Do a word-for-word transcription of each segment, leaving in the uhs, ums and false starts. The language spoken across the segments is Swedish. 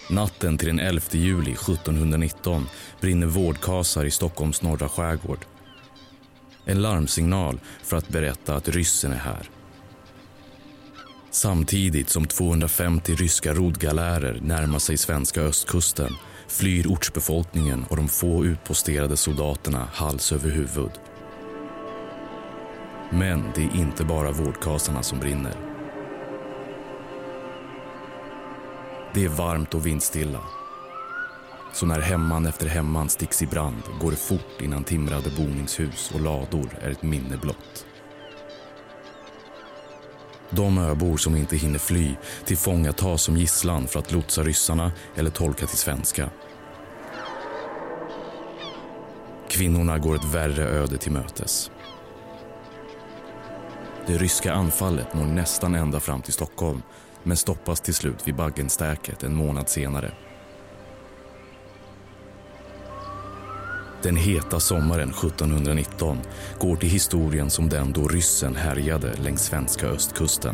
Natten till den elfte juli sjuttonhundranitton brinner vårdkasar i Stockholms norra skärgård. En larmsignal för att berätta att ryssen är här. Samtidigt som tvåhundrafemtio ryska rodgalärer närmar sig svenska östkusten flyr ortsbefolkningen och de få utposterade soldaterna hals över huvud. Men det är inte bara vårdkasarna som brinner. Det är varmt och vindstilla. Så när hemman efter hemman sticks i brand går det fort innan timrade boningshus och lador är ett minne blott. De öbor som inte hinner fly tillfångatas som gisslan för att lotsa ryssarna eller tolka till svenska. Kvinnorna går ett värre öde till mötes. Det ryska anfallet når nästan ända fram till Stockholm, men stoppas till slut vid Baggenstäket en månad senare. Den heta sommaren sjuttonhundranitton går till historien som den då ryssen härjade längs svenska östkusten.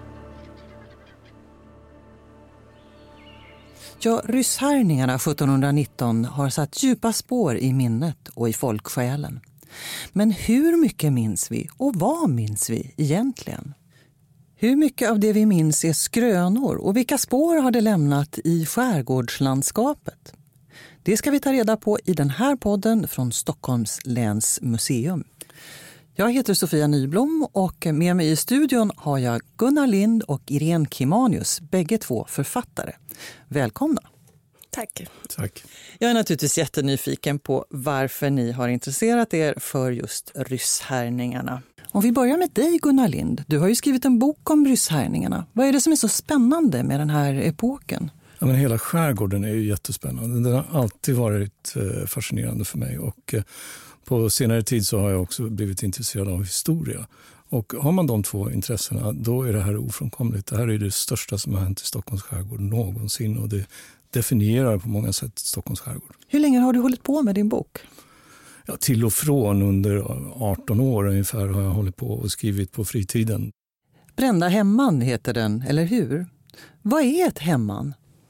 Ja, rysshärjningarna sjuttonhundranitton har satt djupa spår i minnet och i folksjälen. Men hur mycket minns vi och vad minns vi egentligen? Hur mycket av det vi minns är skrönor och vilka spår har det lämnat i skärgårdslandskapet? Det ska vi ta reda på i den här podden från Stockholms läns museum. Jag heter Sofia Nyblom och med mig i studion har jag Gunnar Lind och Irene Kimanius, bägge två författare. Välkomna. Tack. Tack. Jag är naturligtvis jättenyfiken på varför ni har intresserat er för just rysshärjningarna. Om vi börjar med dig, Gunnar Lind. Du har ju skrivit en bok om rysshärjningarna. Vad är det som är så spännande med den här epoken? Ja, men hela skärgården är ju jättespännande. Den har alltid varit eh, fascinerande för mig. Och eh, på senare tid så har jag också blivit intresserad av historia. Och har man de två intressena, då är det här ofrånkomligt. Det här är det största som har hänt i Stockholms skärgård någonsin. Och det definierar på många sätt Stockholms skärgård. Hur länge har du hållit på med din bok? Ja, till och från under arton år ungefär har jag hållit på och skrivit på fritiden. Brända hemman heter den, eller hur? Vad är ett hemman?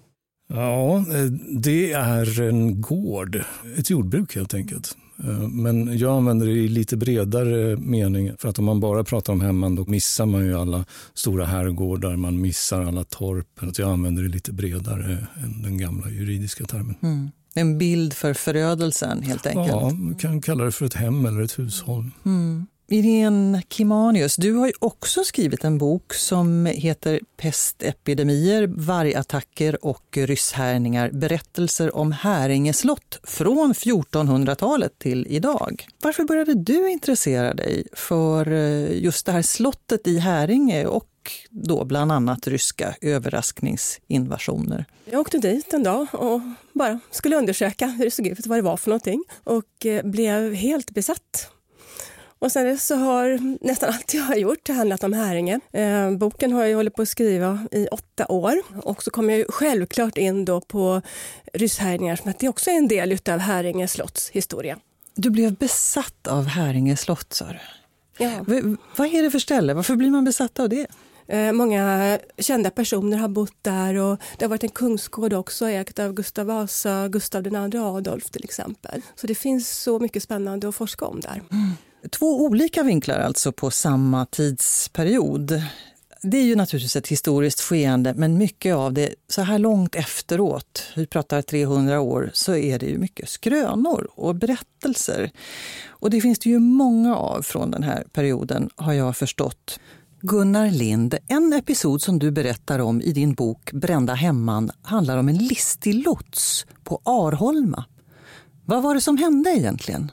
Ja, det är en gård, ett jordbruk helt enkelt. Men jag använder det i lite bredare mening, för att om man bara pratar om hemman då missar man ju alla stora herrgårdar, man missar alla torp. Att jag använder det lite bredare än den gamla juridiska termen. Mm. En bild för förödelsen helt enkelt. Ja, man kan kalla det för ett hem eller ett hushåll. Mm. Irene Kimanius, du har ju också skrivit en bok som heter Pestepidemier, vargattacker och rysshärningar. Berättelser om Häringe slott från fjortonhundratalet till idag. Varför började du intressera dig för just det här slottet i Häringe och då bland annat ryska överraskningsinvasioner? Jag åkte dit en dag och bara skulle undersöka hur det såg ut, vad det var för någonting, och blev helt besatt. Och sen så har nästan allt jag har gjort handlat om Häringe. Eh, boken har jag hållit på att skriva i åtta år. Och så kom jag ju självklart in då på rysshärjningar som att det också är en del av Häringe slotts historia. Du blev besatt av Häringe slott, sa du. Ja. V- vad är det för ställe? Varför blir man besatt av det? Eh, många kända personer har bott där och det har varit en kungsgård också ägt av Gustav Vasa, Gustav den andra Adolf till exempel. Så det finns så mycket spännande att forska om där. Mm. Två olika vinklar alltså på samma tidsperiod. Det är ju naturligtvis ett historiskt skeende, men mycket av det så här långt efteråt, vi pratar trehundra år, så är det ju mycket skrönor och berättelser. Och det finns det ju många av från den här perioden, har jag förstått. Gunnar Lind, en episod som du berättar om i din bok Brända hemman handlar om en listig lots på Arholma. Vad var det som hände egentligen?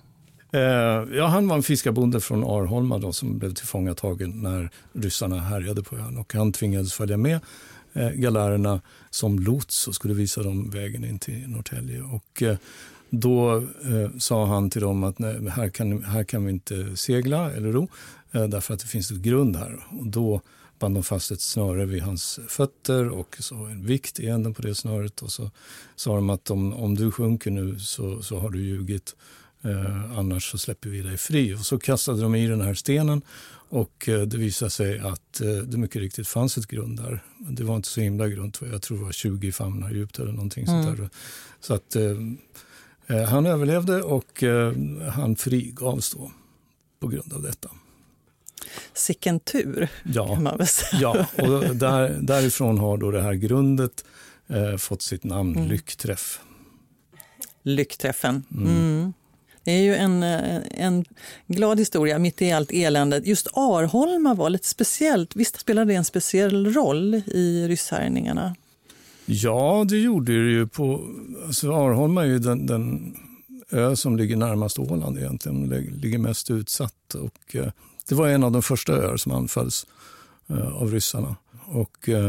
Ja, han var en fiskarbonde från Arholma då, som blev tillfångatagen när ryssarna härjade på ön. Och han tvingades följa med eh, galärerna som lots och skulle visa dem vägen in till Norrtälje. Och eh, då eh, sa han till dem att nej, här, kan, här kan vi inte segla eller ro eh, därför att det finns ett grund här. Och då band de fast ett snöre vid hans fötter och så en vikt i änden på det snöret. Och så sa de att om, om du sjunker nu så, så har du ljugit. Eh, annars så släpper vi dig fri. Och så kastade de i den här stenen Och eh, det visade sig att eh, det mycket riktigt fanns ett grund där. Det var inte så himla grunt, jag tror det var tjugo famnar djupt eller någonting mm. sånt där. Så att eh, han överlevde och eh, han frigavs då på grund av detta. Sicken tur, ja. kan man väl säga. Ja, och där, därifrån har då det här grundet eh, fått sitt namn mm. Lyckträff. Lyckträffen. Mm. Mm. Det är ju en, en glad historia mitt i allt eländet. Just Arholma var lite speciellt. Visst spelade det en speciell roll i rysshärjningarna? Ja, det gjorde det ju. På, alltså Arholma är ju den, den ö som ligger närmast Åland egentligen. Ligger mest utsatt. Och, eh, det var en av de första öar som anfalls eh, av ryssarna. Och eh,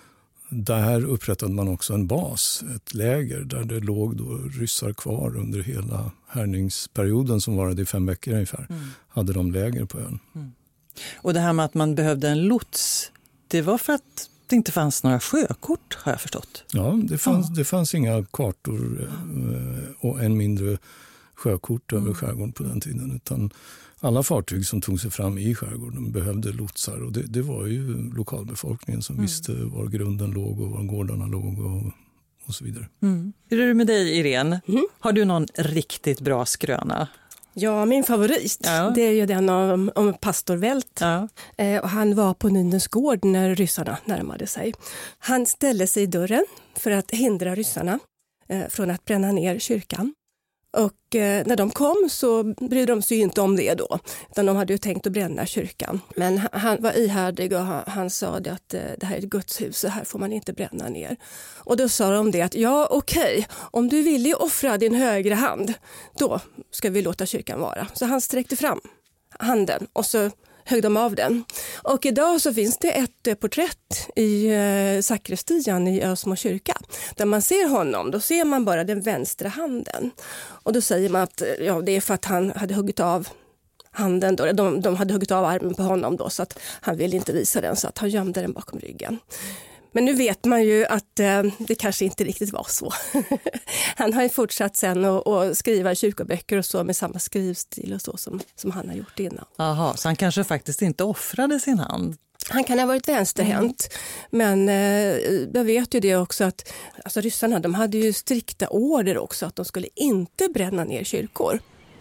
där upprättade man också en bas, ett läger där det låg då ryssar kvar under hela härningsperioden som varade i fem veckor ungefär. Mm. Hade de läger på ön. Mm. Och det här med att man behövde en lots, det var för att det inte fanns några sjökort, har jag förstått. Ja, det fanns, ja. Det fanns inga kartor och än mindre sjökort över skärgården på den tiden, utan alla fartyg som tog sig fram i skärgården behövde lotsar, och det, det var ju lokalbefolkningen som mm. visste var grunden låg och var gårdarna låg och, och så vidare. Mm. Hur är det med dig, Irene? Mm. Har du någon riktigt bra skröna? Ja, min favorit, ja. det är ju den om, om pastor Vält. Ja. Eh, och han var på Nynäs gård när ryssarna närmade sig. Han ställde sig i dörren för att hindra ryssarna eh, från att bränna ner kyrkan. Och eh, när de kom så brydde de sig inte om det då, utan de hade ju tänkt att bränna kyrkan. Men han, han var ihärdig och han, han sa det att eh, det här är ett Guds hus, så här får man inte bränna ner. Och då sa de det att ja okej, okay, om du vill offra din högra hand, då ska vi låta kyrkan vara. Så han sträckte fram handen och så högg de av den. Och idag så finns det ett porträtt i eh, sakristian i Ösmo kyrka. Där man ser honom, då ser man bara den vänstra handen. Och då säger man att ja, det är för att han hade huggit av handen. Då. De, de hade huggit av armen på honom då, så att han ville inte visa den, så att han gömde den bakom ryggen. Men nu vet man ju att eh, det kanske inte riktigt var så. Han har ju fortsatt sen att, att skriva kyrkoböcker och så med samma skrivstil och så som, som han har gjort innan. Aha, så han kanske faktiskt inte offrade sin hand? Han kan ha varit vänsterhänt, mm. men eh, jag vet ju det också att alltså, ryssarna de hade ju strikta order också att de skulle inte bränna ner kyrkor.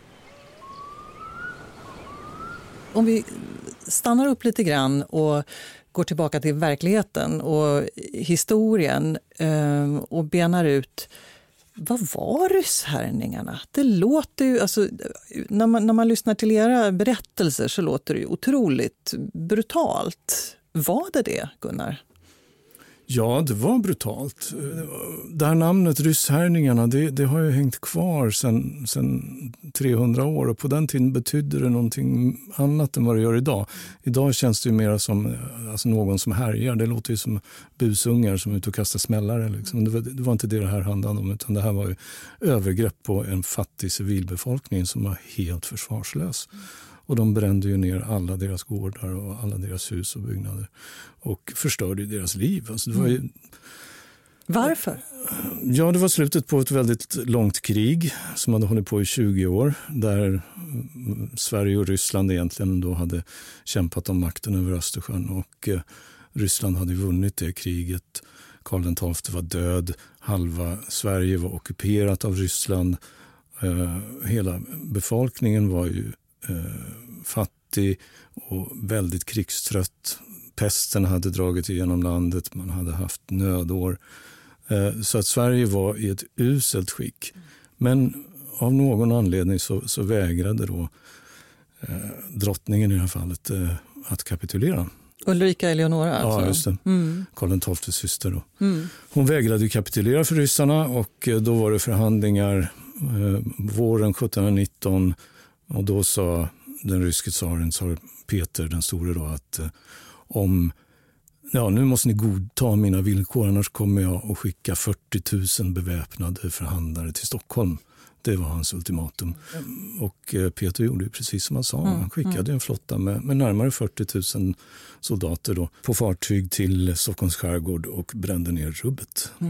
Om vi stannar upp lite grann och går tillbaka till verkligheten och historien eh, och benar ut, vad var rysshärjningarna? Det låter ju, alltså, när man, när man lyssnar till era berättelser så låter det ju otroligt brutalt. Var det det, Gunnar? Ja, det var brutalt. Det här namnet rysshärjningarna, det, det har ju hängt kvar sedan, sedan trehundra år, och på den tiden betydde det någonting annat än vad det gör idag. Idag känns det ju mer som alltså någon som härjar. Det låter ju som busungar som är ute och kastar smällare. Liksom. Det, var, det var inte det det här handlade om, utan det här var ju övergrepp på en fattig civilbefolkning som var helt försvarslös. Och de brände ju ner alla deras gårdar och alla deras hus och byggnader. Och förstörde deras liv. Alltså det var ju... Varför? Ja, det var slutet på ett väldigt långt krig som hade hållit på i tjugo år. Där Sverige och Ryssland egentligen då hade kämpat om makten över Östersjön. Och eh, Ryssland hade vunnit det kriget. Karl den tolfte var död. Halva Sverige var ockuperat av Ryssland. Eh, hela befolkningen var ju Eh, fattig och väldigt krigstrött. Pesten hade dragit igenom landet, man hade haft nödår. Eh, så att Sverige var i ett uselt skick. Men av någon anledning så, så vägrade då eh, drottningen i det här fallet eh, att kapitulera. Ulrika Eleonora alltså? Ja, just det. Mm. Karl den tolftes syster då. Mm. Hon vägrade kapitulera för ryssarna, och eh, då var det förhandlingar eh, våren sjuttonhundranitton. Och då sa den ryske tsaren, tsar Peter den store då, att eh, om ja, nu måste ni godta mina villkor, annars kommer jag att skicka fyrtio tusen beväpnade förhandlare till Stockholm. Det var hans ultimatum. Mm. Och eh, Peter gjorde ju precis som han sa. Mm. Han skickade mm. en flotta med, med närmare fyrtio tusen soldater då, på fartyg till Stockholms skärgård och brände ner rubbet. Mm.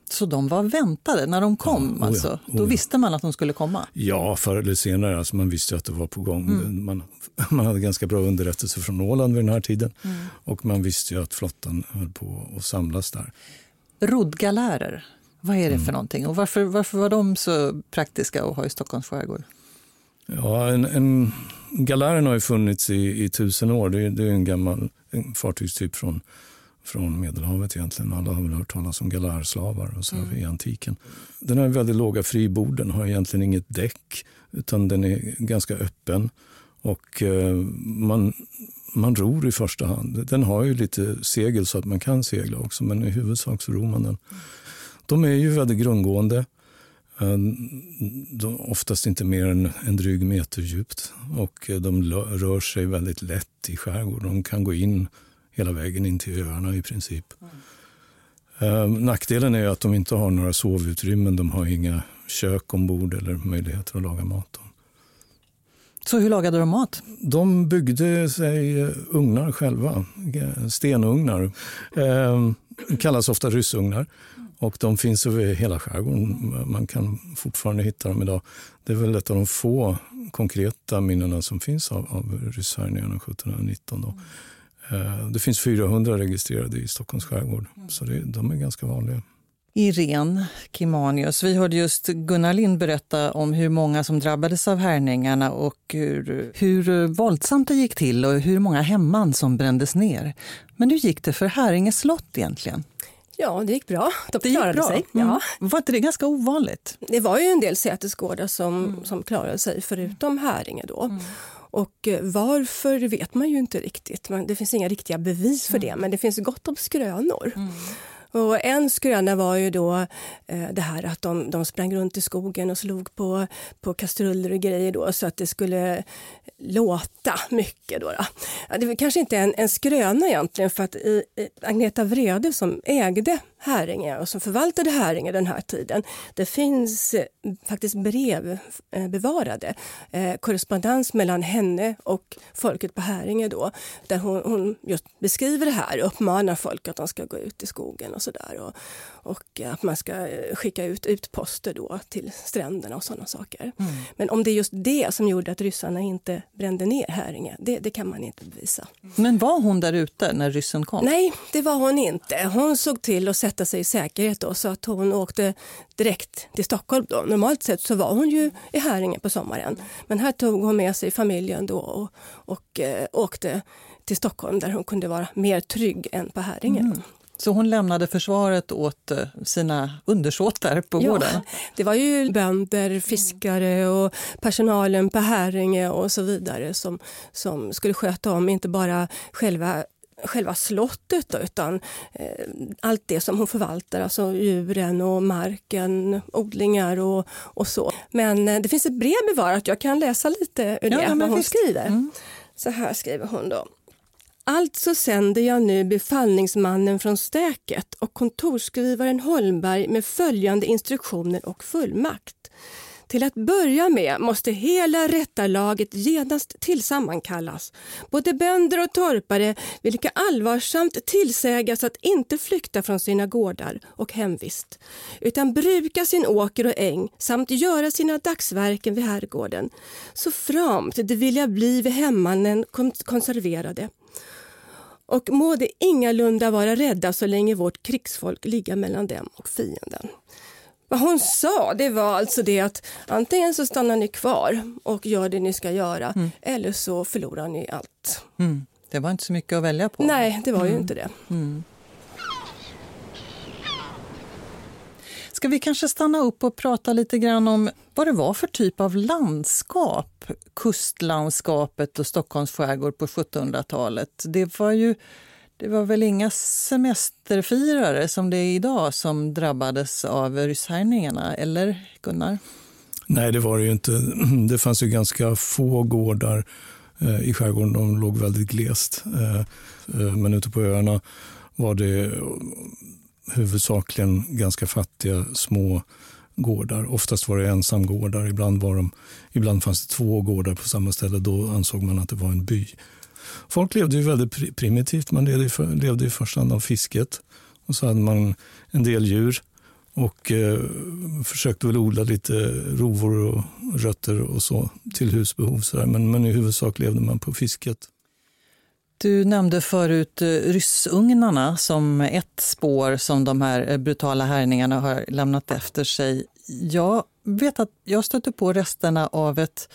Så de var väntade när de kom? Ja, alltså. oh ja, oh Då ja. visste man att de skulle komma? Ja, förr eller senare. Alltså man visste att det var på gång. Mm. Man, man hade ganska bra underrättelse från Åland vid den här tiden. Mm. Och man visste ju att flottan höll på att samlas där. Roddgalärer, vad är det mm. för någonting? Och varför, varför var de så praktiska att ha i Stockholms skärgård? Ja, en, en galären har ju funnits i, i tusen år. Det är, det är en gammal en fartygstyp från, från Medelhavet egentligen. Alla har väl hört talas om galärslavar och så mm. i antiken. Den här väldigt låga friborden har egentligen inget däck, utan den är ganska öppen. Och eh, man, man ror i första hand. Den har ju lite segel så att man kan segla också, men i huvudsak så ror man den. De är ju väldigt grundgående. De oftast inte mer än en dryg meter djupt, och de rör sig väldigt lätt i skärgården. De kan gå in hela vägen in till öarna i princip. Mm. Nackdelen är att de inte har några sovutrymmen. De har inga kök ombord eller möjligheter att laga mat. Så hur lagade de mat? De byggde sig ugnar själva, stenugnar. Eh, kallas ofta ryssugnar. Och de finns över hela skärgården. Man kan fortfarande hitta dem idag. Det är väl ett av de få konkreta minnena som finns av, av rysshärjningarna sjuttonhundranitton. Då. Mm. Det finns fyrahundra registrerade i Stockholms skärgård. Mm. Så det, de är ganska vanliga. Irene Kimanius, vi hörde just Gunnar Lind berätta om hur många som drabbades av härningarna och hur, hur våldsamt det gick till och hur många hemman som brändes ner. Men hur gick det för Häringe slott egentligen? Ja, det gick bra. De det gick klarade bra. sig. Mm. Ja. Var inte det ganska ovanligt? Det var ju en del sätesgårdar som, mm. som klarade sig förutom Häringe då. Mm. Och varför vet man ju inte riktigt. Det finns inga riktiga bevis för mm. det, men det finns gott om skrönor. Mm. Och en skröna var ju då eh, det här att de, de sprang runt i skogen och slog på, på kastruller och grejer då, så att det skulle låta mycket. Då, då. Ja, det var kanske inte en, en skröna egentligen, för att i, i Agneta Vrede som ägde Häringe och som förvaltade Häringe den här tiden, det finns eh, faktiskt brev eh, bevarade. Eh, korrespondens mellan henne och folket på Häringe då, där hon, hon just beskriver det här och uppmanar folk att de ska gå ut i skogen och sådär, och, och att man ska skicka ut utposter då till stränderna och sådana saker. Mm. Men om det är just det som gjorde att ryssarna inte brände ner Häringe, det, det kan man inte bevisa. Men var hon där ute när ryssen kom? Nej, det var hon inte. Hon såg till att sätta sig i säkerhet då, så att hon åkte direkt till Stockholm då. Normalt sett så var hon ju i Häringe på sommaren, men här tog hon med sig familjen då och, och eh, åkte till Stockholm, där hon kunde vara mer trygg än på Häringe. Mm. Så hon lämnade försvaret åt sina undersåtar på ja, gården? Det var ju bönder, fiskare och personalen på Häringe och så vidare som, som skulle sköta om inte bara själva själva slottet då, utan eh, allt det som hon förvaltar, alltså djuren och marken, odlingar och, och så. Men eh, det finns ett brev bevarat, jag kan läsa lite ur det, ja, vad hon visst. skriver. Mm. Så här skriver hon då. Alltså sänder jag nu befallningsmannen från Stäket och kontorsskrivaren Holmberg med följande instruktioner och fullmakt. Till att börja med måste hela rättarlaget genast tillsammankallas. Både bönder och torpare, vilka allvarsamt tillsägas att inte flykta från sina gårdar och hemvist, utan bruka sin åker och äng samt göra sina dagsverken vid herrgården. Så framt det vilja bli vid hemmanen konserverade. Och må det ingalunda vara rädda så länge vårt krigsfolk ligger mellan dem och fienden. Vad hon sa, det var alltså det att antingen så stannar ni kvar och gör det ni ska göra, mm. eller så förlorar ni allt. Mm. Det var inte så mycket att välja på. Nej, det var ju mm. inte det. Mm. Ska vi kanske stanna upp och prata lite grann om vad det var för typ av landskap, kustlandskapet och Stockholms skärgård på sjuttonhundratalet. Det var ju det var väl inga semesterfirare som det är idag som drabbades av rysshärjningarna, eller Gunnar? Nej, det var det ju inte. Det fanns ju ganska få gårdar eh, i skärgården, de låg väldigt glest. Eh, eh, men ute på öarna var det huvudsakligen ganska fattiga små gårdar. Oftast var det ensamgårdar, ibland, var de, ibland fanns det två gårdar på samma ställe. Då ansåg man att det var en by. Folk levde ju väldigt primitivt. Man levde i, för, levde i första hand av fisket. Och så hade man en del djur. och eh, försökte väl odla lite rovor och rötter och så till husbehov. Så där. Men, men i huvudsak levde man på fisket. Du nämnde förut ryssugnarna som ett spår som de här brutala härningarna har lämnat efter sig. Jag vet att jag stötte på resterna av ett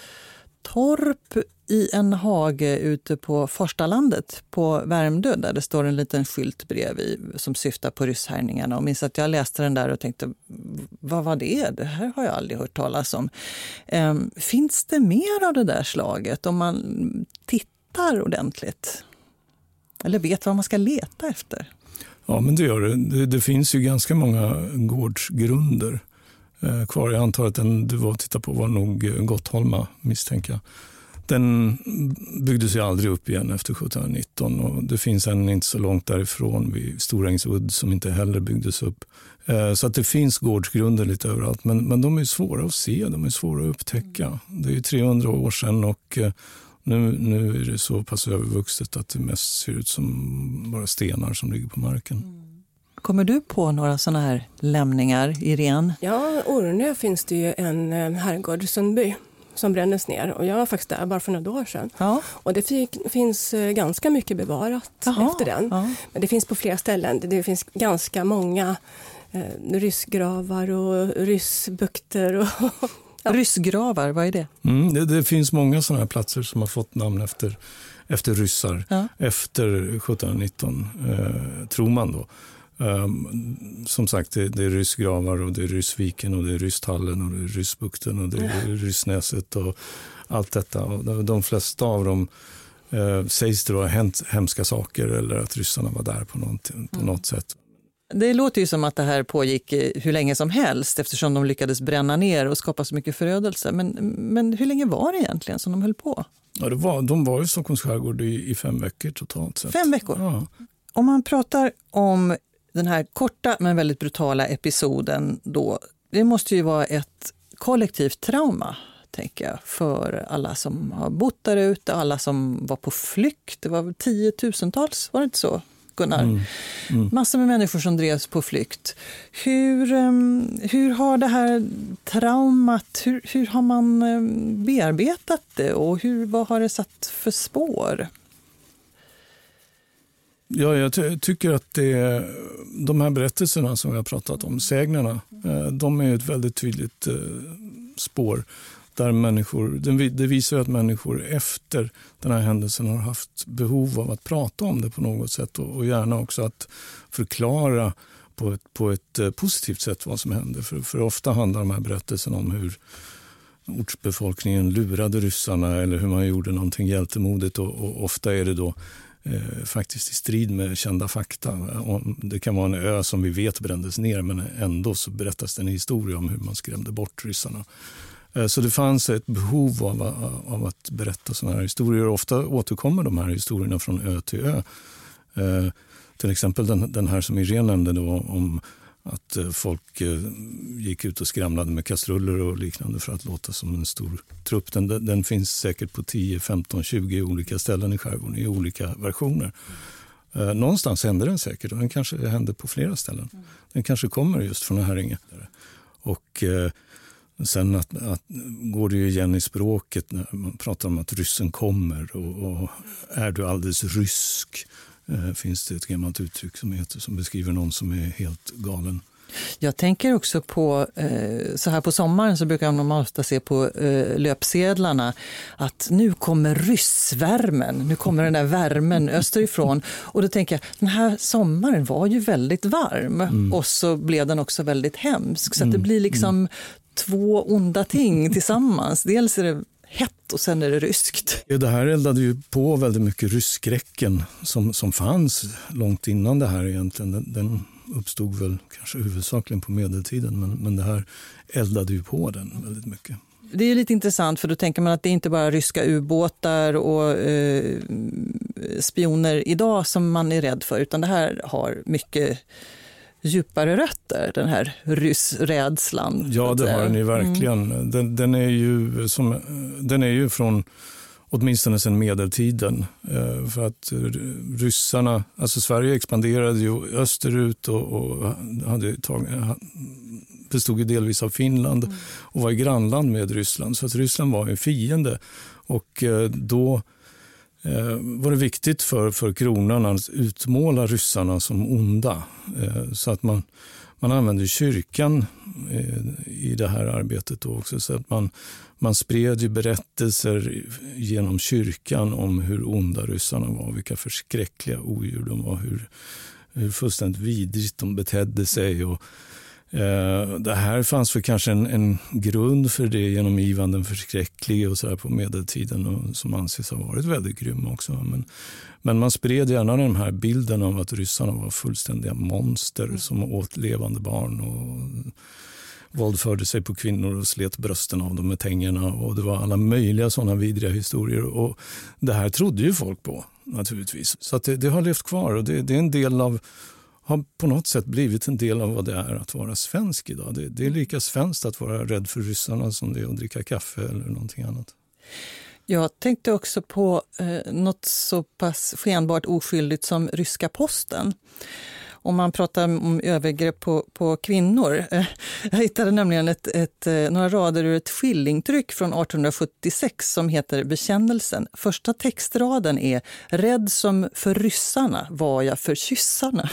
torp i en hage ute på Forstalandet på Värmdö, där det står en liten skylt bredvid som syftar på rysshärningarna. Och minns att jag läste den där och tänkte, vad var det? Det här har jag aldrig hört talas om. Ehm, finns det mer av det där slaget om man tittar ordentligt? Eller vet vad man ska leta efter? Ja, men det gör det. Det, det finns ju ganska många gårdsgrunder eh, kvar. Jag antar att den du var och tittade på var nog Gottholma, misstänker jag. Den byggdes ju aldrig upp igen efter sjuttonhundranitton och det finns en inte så långt därifrån vid Storängsudd som inte heller byggdes upp. Eh, så att det finns gårdsgrunder lite överallt, men, men de är svåra att se, de är svåra att upptäcka. Det är ju trehundra år sedan och eh, Nu, nu är det så pass övervuxet att det mest ser ut som bara stenar som ligger på marken. Kommer du på några sådana här lämningar, Irene? Ja, Ornö finns det ju en herrgård, Sundby, som brändes ner. Och jag var faktiskt där bara för några år sedan. Ja. Och det fick, finns ganska mycket bevarat Jaha, efter den. Ja. Men det finns på flera ställen. Det finns ganska många eh, ryssgravar och ryssbukter och Ja. Ryssgravar, vad är det? Mm, det? Det finns många sådana här platser som har fått namn efter, efter ryssar. Ja. Efter sjuttonhundranitton, eh, tror man då. Um, som sagt, det, det är ryssgravar och det är Ryssviken och det är Rysstallen och det är Ryssbukten och det är ja. Ryssnäset och allt detta. Och de flesta av dem eh, sägs det då ha hänt hemska saker eller att ryssarna var där på något, på mm. något sätt. Det låter ju som att det här pågick hur länge som helst eftersom de lyckades bränna ner och skapa så mycket förödelse. Men, men hur länge var det egentligen som de höll på? Ja, det var, de var i Stockholms skärgård i, i fem veckor totalt sett. Fem veckor? Ja. Om man pratar om den här korta men väldigt brutala episoden då, det måste ju vara ett kollektivt trauma, tänker jag, för alla som har bott där ute, alla som var på flykt. Det var tiotusentals, var det inte så? Gunnar. Mm. Mm. Massor med människor som drevs på flykt. Hur, hur har det här traumat, hur, hur har man bearbetat det och hur, vad har det satt för spår? Ja, jag ty- tycker att det, de här berättelserna som vi har pratat om, sägnerna, de är ett väldigt tydligt spår. Där människor, det visar att människor efter den här händelsen har haft behov av att prata om det på något sätt och gärna också att förklara på ett, på ett positivt sätt vad som hände. För, för ofta handlar de här berättelserna om hur ortsbefolkningen lurade ryssarna eller hur man gjorde någonting hjältemodigt och, och ofta är det då eh, faktiskt i strid med kända fakta. Det kan vara en ö som vi vet brändes ner men ändå så berättas det en historia om hur man skrämde bort ryssarna. Så det fanns ett behov av, av att berätta sådana här historier. Ofta återkommer de här historierna från ö till ö. Eh, till exempel den, den här som Irene nämnde då, om att folk eh, gick ut och skramlade med kastruller och liknande för att låta som en stor trupp. Den, den finns säkert på tio, femton, tjugo olika ställen i skärgården i olika versioner. Eh, någonstans händer den säkert och den kanske händer på flera ställen. Den kanske kommer just från Herringe. Och eh, sen att, att, går det ju igen i språket när man pratar om att ryssen kommer och, och är du alldeles rysk eh, finns det ett gammalt uttryck som heter som beskriver någon som är helt galen. Jag tänker också på, eh, så här på sommaren så brukar man ofta se på eh, löpsedlarna att nu kommer ryssvärmen, nu kommer den där värmen österifrån. Och då tänker jag, den här sommaren var ju väldigt varm mm. och så blev den också väldigt hemsk. Så att det blir liksom mm. två onda ting tillsammans. Dels är det hett och sen är det ryskt. Ja, det här eldade ju på väldigt mycket rysskräcken som, som fanns långt innan det här egentligen. Den, den uppstod väl kanske huvudsakligen på medeltiden men, men det här eldade ju på den väldigt mycket. Det är lite intressant för då tänker man att det inte bara är ryska ubåtar och eh, spioner idag som man är rädd för utan det här har mycket djupare rötter, den här ryssrädslan. Ja, det har den ju verkligen. Mm. Den, den, är ju som, den är ju från åtminstone sedan medeltiden. För att ryssarna, alltså Sverige expanderade ju österut och, och hade tagit, bestod ju delvis av Finland mm. och var i grannland med Ryssland. Så att Ryssland var en fiende. Och då var det viktigt för, för kronan att utmåla ryssarna som onda. Så att man, man använde kyrkan i det här arbetet då också. Så att man Man spred ju berättelser genom kyrkan om hur onda ryssarna var, vilka förskräckliga odjur de var, hur, hur fullständigt vidrigt de betedde sig. Och, eh, det här fanns för kanske en, en grund för det genom Ivan den förskräcklige och så här på medeltiden, och, som anses ha varit väldigt grym också. Men, men man spred gärna den här bilden av att ryssarna var fullständiga monster mm. som åt levande barn och våldförde sig på kvinnor och slet brösten av dem med tängerna, och det var alla möjliga sådana vidriga historier, och det här trodde ju folk på naturligtvis. Så att det, det har levt kvar, och det, det är en del av, har på något sätt blivit en del av vad det är att vara svensk idag. Det, det är lika svenskt att vara rädd för ryssarna som det är att dricka kaffe eller någonting annat. Jag tänkte också på eh, något så pass skenbart oskyldigt som ryska posten. Om man pratar om övergrepp på, på kvinnor. Jag hittade nämligen ett, ett, några rader ur ett skillingtryck från arton sjuttiosex som heter Bekännelsen. Första textraden är: rädd som för ryssarna var jag för kyssarna.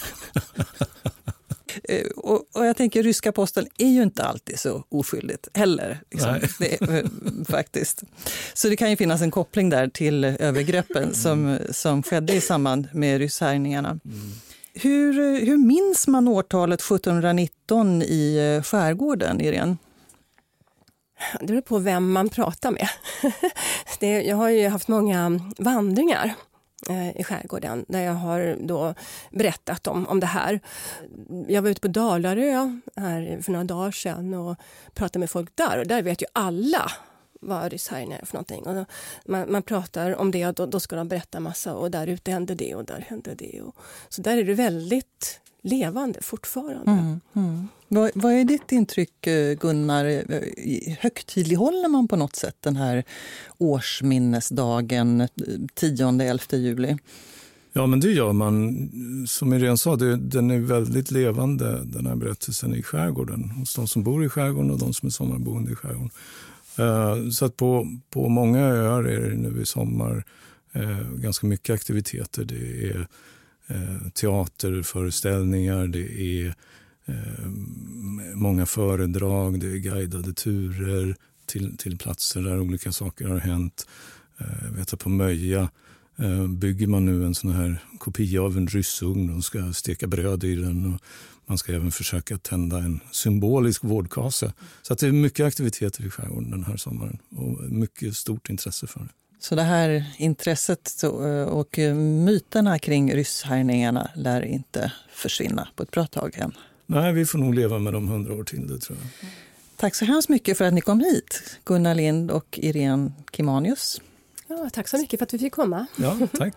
och, och jag tänker, ryska posten är ju inte alltid så oskyldigt heller. Liksom. Det är, faktiskt. Så det kan ju finnas en koppling där till övergreppen som, som skedde i samband med rysshärjningarna. Mm. Hur, hur minns man årtalet sjuttonhundranitton i skärgården, Irene? Det beror på vem man pratar med. Det, jag har ju haft många vandringar eh, i skärgården där jag har då berättat om, om det här. Jag var ute på Dalarö här för några dagar sedan och pratade med folk där, och där vet ju alla vad rysshärjningar är för någonting. Och då, man, man pratar om det, och då, då ska de berätta massa, och där ute hände det och där hände det. Och, så där är det väldigt levande fortfarande. Mm, mm. Vad, vad är ditt intryck, Gunnar? Högtidlighåller man på något sätt den här årsminnesdagen tionde elfte juli? Ja, men det gör man. Som Irene sa, det, den är väldigt levande, den här berättelsen i skärgården. Hos de som bor i skärgården och de som är sommarboende i skärgården. Uh, så att på, på många öar är det nu i sommar uh, ganska mycket aktiviteter. Det är uh, teaterföreställningar, det är uh, många föredrag, det är guidade turer till, till platser där olika saker har hänt. Uh, jag vet att på Möja uh, bygger man nu en sån här kopia av en ryssugn och ska steka bröd i den, och man ska även försöka tända en symbolisk vårdkase. Så att det är mycket aktiviteter i skärgården den här sommaren, och mycket stort intresse för det. Så det här intresset och myterna kring rysshärjningarna lär inte försvinna på ett bra tag än? Nej, vi får nog leva med dem hundra år till, det tror jag. Tack så hemskt mycket för att ni kom hit, Gunnar Lind och Irene Kimanius. Ja, tack så mycket för att vi fick komma. Ja, tack.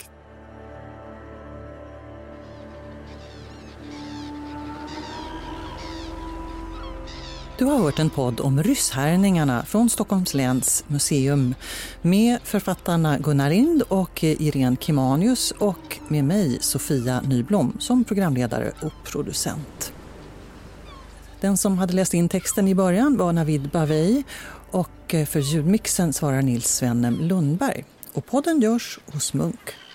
Du har hört en podd om rysshärjningarna från Stockholms läns museum med författarna Gunnar Lind och Irene Kimanius, och med mig, Sofia Nyblom, som programledare och producent. Den som hade läst in texten i början var Navid Bavei, och för ljudmixen svarar Nils Svennem Lundberg. Och podden görs hos Munk.